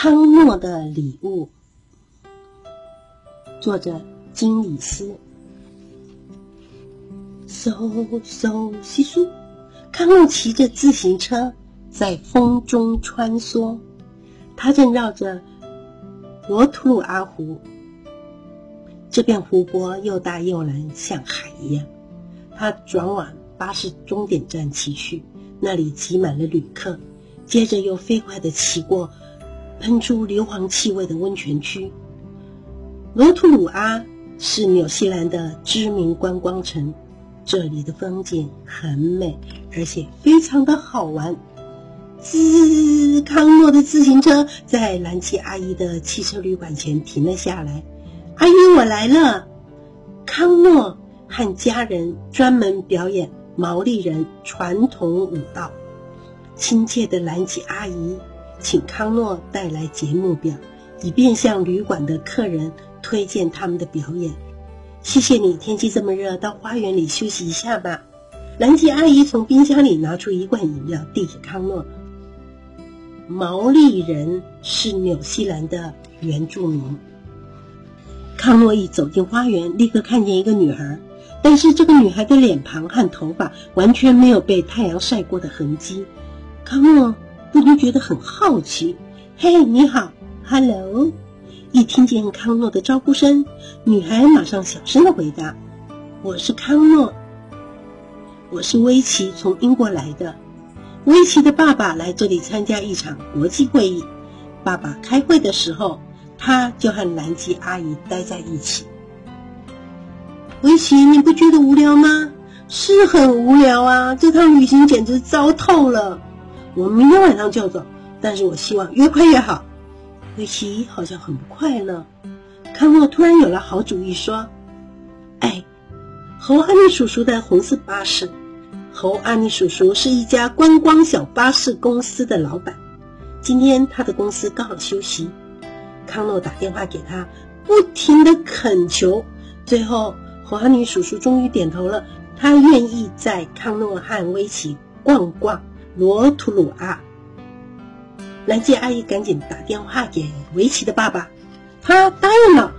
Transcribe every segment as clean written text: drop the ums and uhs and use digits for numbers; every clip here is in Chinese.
康诺的礼物，作者金里斯。嗖嗖窸窣，康诺骑着自行车在风中穿梭，他正绕着罗图鲁阿湖。这片湖泊又大又蓝，像海一样。他转往巴士终点站骑去，那里挤满了旅客，接着又飞快地骑过喷出硫磺气味的温泉区。罗图鲁阿是纽西兰的知名观光城，这里的风景很美，而且非常的好玩。滋，康诺的自行车在蓝奇阿姨的汽车旅馆前停了下来。阿姨，我来了。康诺和家人专门表演毛利人传统舞蹈。亲切的蓝奇阿姨请康诺带来节目表，以便向旅馆的客人推荐他们的表演。谢谢你，天气这么热，到花园里休息一下吧。蓝奇阿姨从冰箱里拿出一罐饮料递给康诺。毛利人是纽西兰的原住民。康诺一走进花园，立刻看见一个女孩，但是这个女孩的脸庞和头发完全没有被太阳晒过的痕迹。康诺不禁觉得很好奇。嘿，你好 ，Hello。一听见康诺的招呼声，女孩马上小声地回答：我是康诺，我是威奇，从英国来的。威奇的爸爸来这里参加一场国际会议，爸爸开会的时候，他就和蓝奇阿姨待在一起。威奇，你不觉得无聊吗？是很无聊啊，这趟旅行简直糟透了。我明天晚上就走，但是我希望越快越好。威奇好像很不快乐。康诺突然有了好主意，说：哎，侯阿尼叔叔的红色巴士。侯阿尼叔叔是一家观光小巴士公司的老板，今天他的公司刚好休息。康诺打电话给他，不停地恳求，最后侯阿尼叔叔终于点头了，他愿意载康诺和威奇逛逛罗图鲁阿。蓝奇阿姨赶紧打电话给维奇的爸爸，他答应了。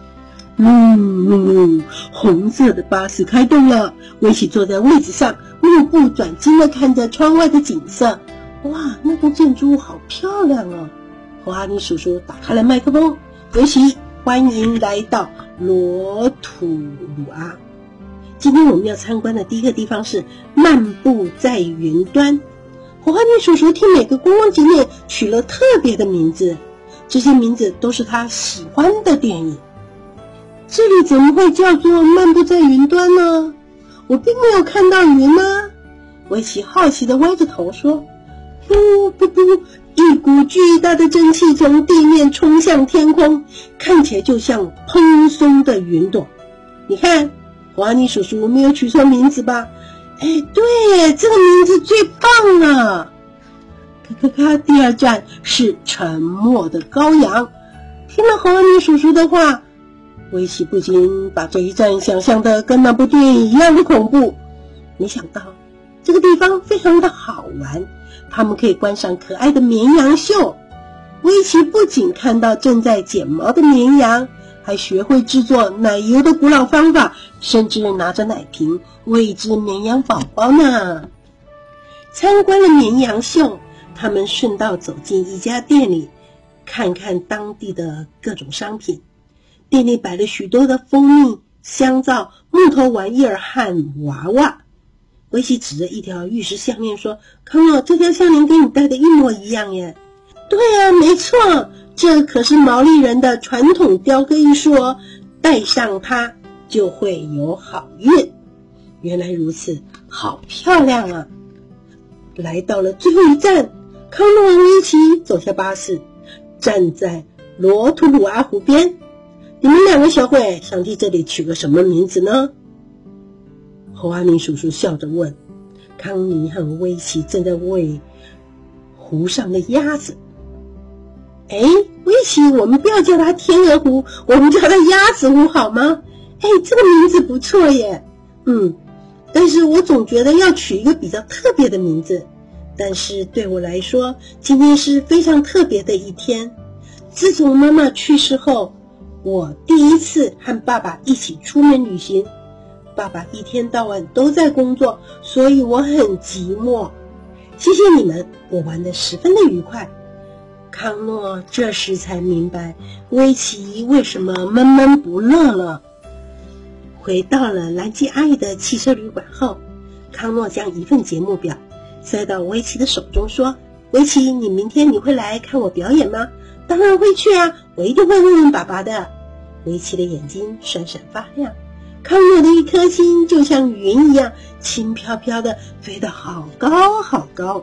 红色的巴士开动了，维奇坐在位置上，目不转睛地看着窗外的景色。哇，那栋建筑物好漂亮哦！侯阿尼叔叔打开了麦克风，维奇，欢迎来到罗图鲁阿。今天我们要参观的第一个地方是漫步在云端。侯阿尼叔叔替每个观光景点取了特别的名字，这些名字都是他喜欢的电影。这里怎么会叫做漫步在云端呢？我并没有看到云啊。维奇好奇地歪着头说：噗噗噗，一股巨大的蒸汽从地面冲向天空，看起来就像蓬松的云朵。你看，侯阿尼叔叔没有取错名字吧？哎，对耶，这个名字最棒了。咔咔咔，第二站是沉默的羔羊。听了侯阿尼叔叔的话，维奇不禁把这一站想象的跟那部电影一样的恐怖。没想到这个地方非常的好玩，他们可以观赏可爱的绵羊秀。维奇不仅看到正在剪毛的绵羊，还学会制作奶油的古老方法，甚至拿着奶瓶喂一只绵羊宝宝呢。参观了绵羊秀，他们顺道走进一家店里，看看当地的各种商品。店里摆了许多的蜂蜜、香皂、木头玩意儿和娃娃。维奇指着一条玉石项链说：康诺，这条项链跟你戴的一模一样耶。对啊，没错，这可是毛利人的传统雕刻艺术哦，戴上它就会有好运。原来如此，好漂亮啊。来到了最后一站，康诺和维奇走下巴士，站在罗图鲁阿湖边。你们两个小鬼想替这里取个什么名字呢？侯阿尼叔叔笑着问。康妮和威奇正在喂湖上的鸭子。哎，威奇，我们不要叫它天鹅湖，我们叫它鸭子湖好吗？哎，这个名字不错耶。但是我总觉得要取一个比较特别的名字。但是对我来说，今天是非常特别的一天。 自从妈妈去世后，我第一次和爸爸一起出门旅行。爸爸一天到晚都在工作，所以我很寂寞。谢谢你们，我玩得十分的愉快。康诺这时才明白威奇为什么闷闷不乐了。回到了兰基阿姨的汽车旅馆后，康诺将一份节目表塞到威奇的手中，说：威奇，你明天会来看我表演吗？当然会去啊，我一定会问问爸爸的。威奇的眼睛闪闪发亮，康诺的一颗心就像云一样轻飘飘的飞得好高好高。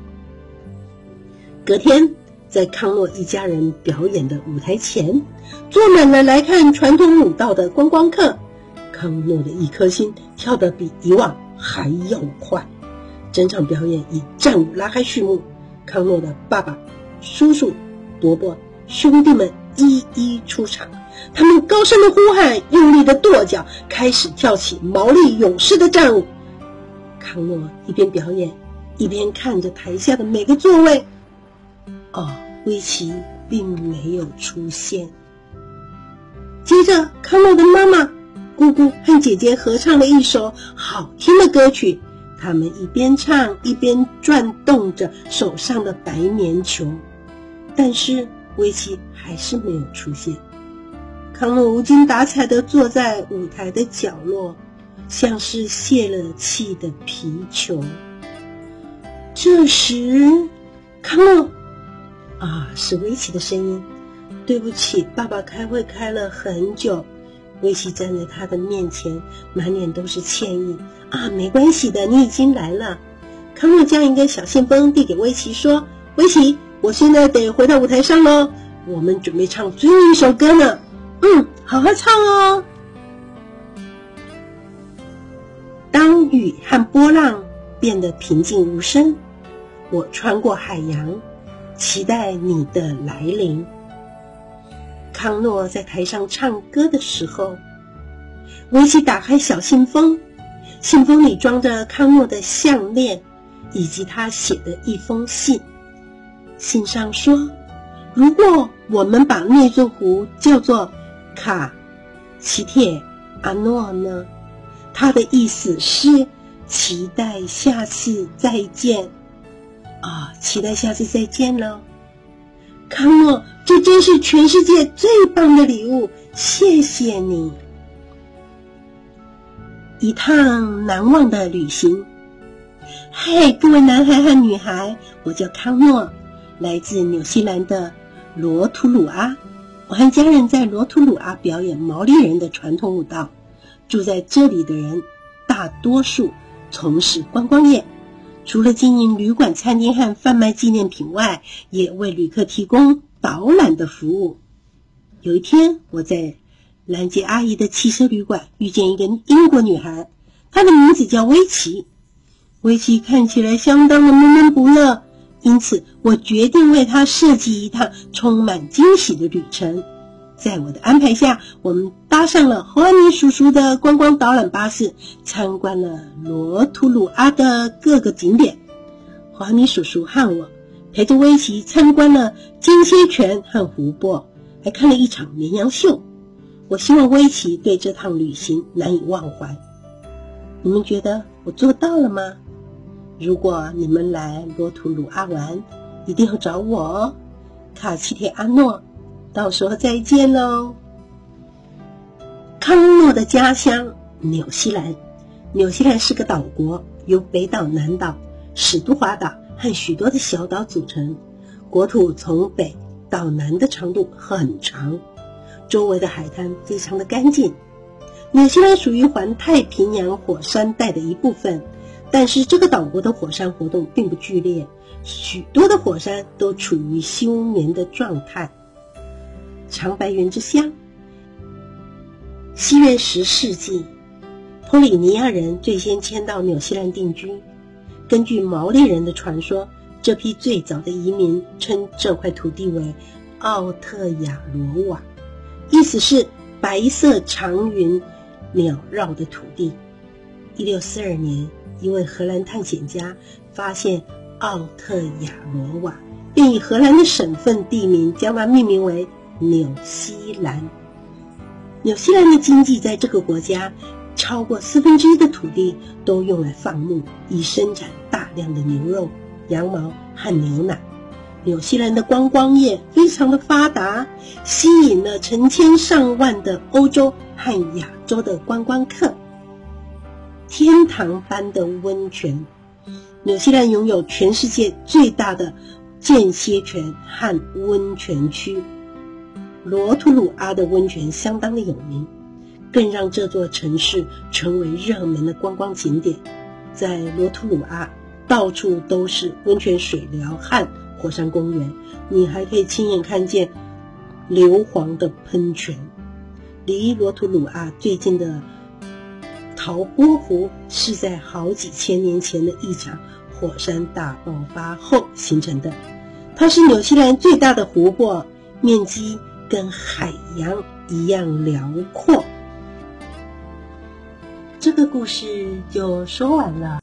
隔天，在康诺一家人表演的舞台前，坐满了来看传统舞蹈的观光客。康诺的一颗心跳得比以往还要快。整场表演以战舞拉开序幕，康诺的爸爸、叔叔、伯伯、兄弟们一一出场，他们高声的呼喊，用力的跺脚，开始跳起毛利勇士的战舞。康诺一边表演，一边看着台下的每个座位。威奇并没有出现。接着，康诺的妈妈、姑姑和姐姐合唱了一首好听的歌曲，他们一边唱一边转动着手上的白棉球，但是威奇还是没有出现。康诺无精打采地坐在舞台的角落，像是泄了气的皮球。这时，康诺是威奇的声音。对不起，爸爸开会开了很久。威奇站在他的面前，满脸都是歉意。没关系的，你已经来了。康诺将一个小信封递给威奇，说：威奇，我现在得回到舞台上咯，我们准备唱最后一首歌呢。好好唱哦。当雨和波浪变得平静无声，我穿过海洋，期待你的来临。康诺在台上唱歌的时候，威奇打开小信封，信封里装着康诺的项链以及他写的一封信。信上说，如果我们把那座湖叫做卡奇铁阿诺呢？它的意思是期待下次再见。期待下次再见了。康诺，这真是全世界最棒的礼物，谢谢你。一趟难忘的旅行。嘿，各位男孩和女孩，我叫康诺，来自纽西兰的罗图鲁阿。我和家人在罗图鲁阿表演毛利人的传统舞蹈。住在这里的人大多数从事观光业，除了经营旅馆、餐厅和贩卖纪念品外，也为旅客提供导览的服务。有一天，我在兰杰阿姨的汽车旅馆遇见一个英国女孩，她的名字叫威奇。威奇看起来相当的闷闷不乐，因此我决定为她设计一趟充满惊喜的旅程。在我的安排下，我们搭上了侯安妮叔叔的观光导览巴士，参观了罗图鲁阿的各个景点。侯安妮叔叔和我陪着威奇参观了金蝎泉和湖泊，还看了一场绵羊秀。我希望威奇对这趟旅行难以忘怀。你们觉得我做到了吗？如果你们来罗图鲁阿玩，一定要找我哦，卡奇铁阿诺。到时候再见咯。康诺的家乡纽西兰。纽西兰是个岛国，由北岛、南岛、史都华岛和许多的小岛组成。国土从北到南的长度很长，周围的海滩非常的干净。纽西兰属于环太平洋火山带的一部分，但是这个岛国的火山活动并不剧烈，许多的火山都处于休眠的状态。长白云之乡。西元10世纪，波利尼亚人最先迁到纽西兰定居。根据毛利人的传说，这批最早的移民称这块土地为奥特亚罗瓦，意思是白色长云缭绕的土地。1642年，一位荷兰探险家发现奥特亚罗瓦， 便以荷兰的省份地名将它命名为纽西兰。纽西兰的经济在这个国家超过1/4的土地都用来放牧，以生产大量的牛肉、羊毛和牛奶。纽西兰的观光业非常的发达，吸引了成千上万的欧洲和亚洲的观光客。天堂般的温泉，纽西兰拥有全世界最大的间歇泉和温泉区。罗图鲁阿的温泉相当的有名，更让这座城市成为热门的观光景点。在罗图鲁阿到处都是温泉水疗和火山公园，你还可以亲眼看见硫磺的喷泉。离罗图鲁阿最近的陶波湖是在好几千年前的一场火山大爆发后形成的，它是纽西兰最大的湖泊，面积跟海洋一样辽阔。这个故事就说完了。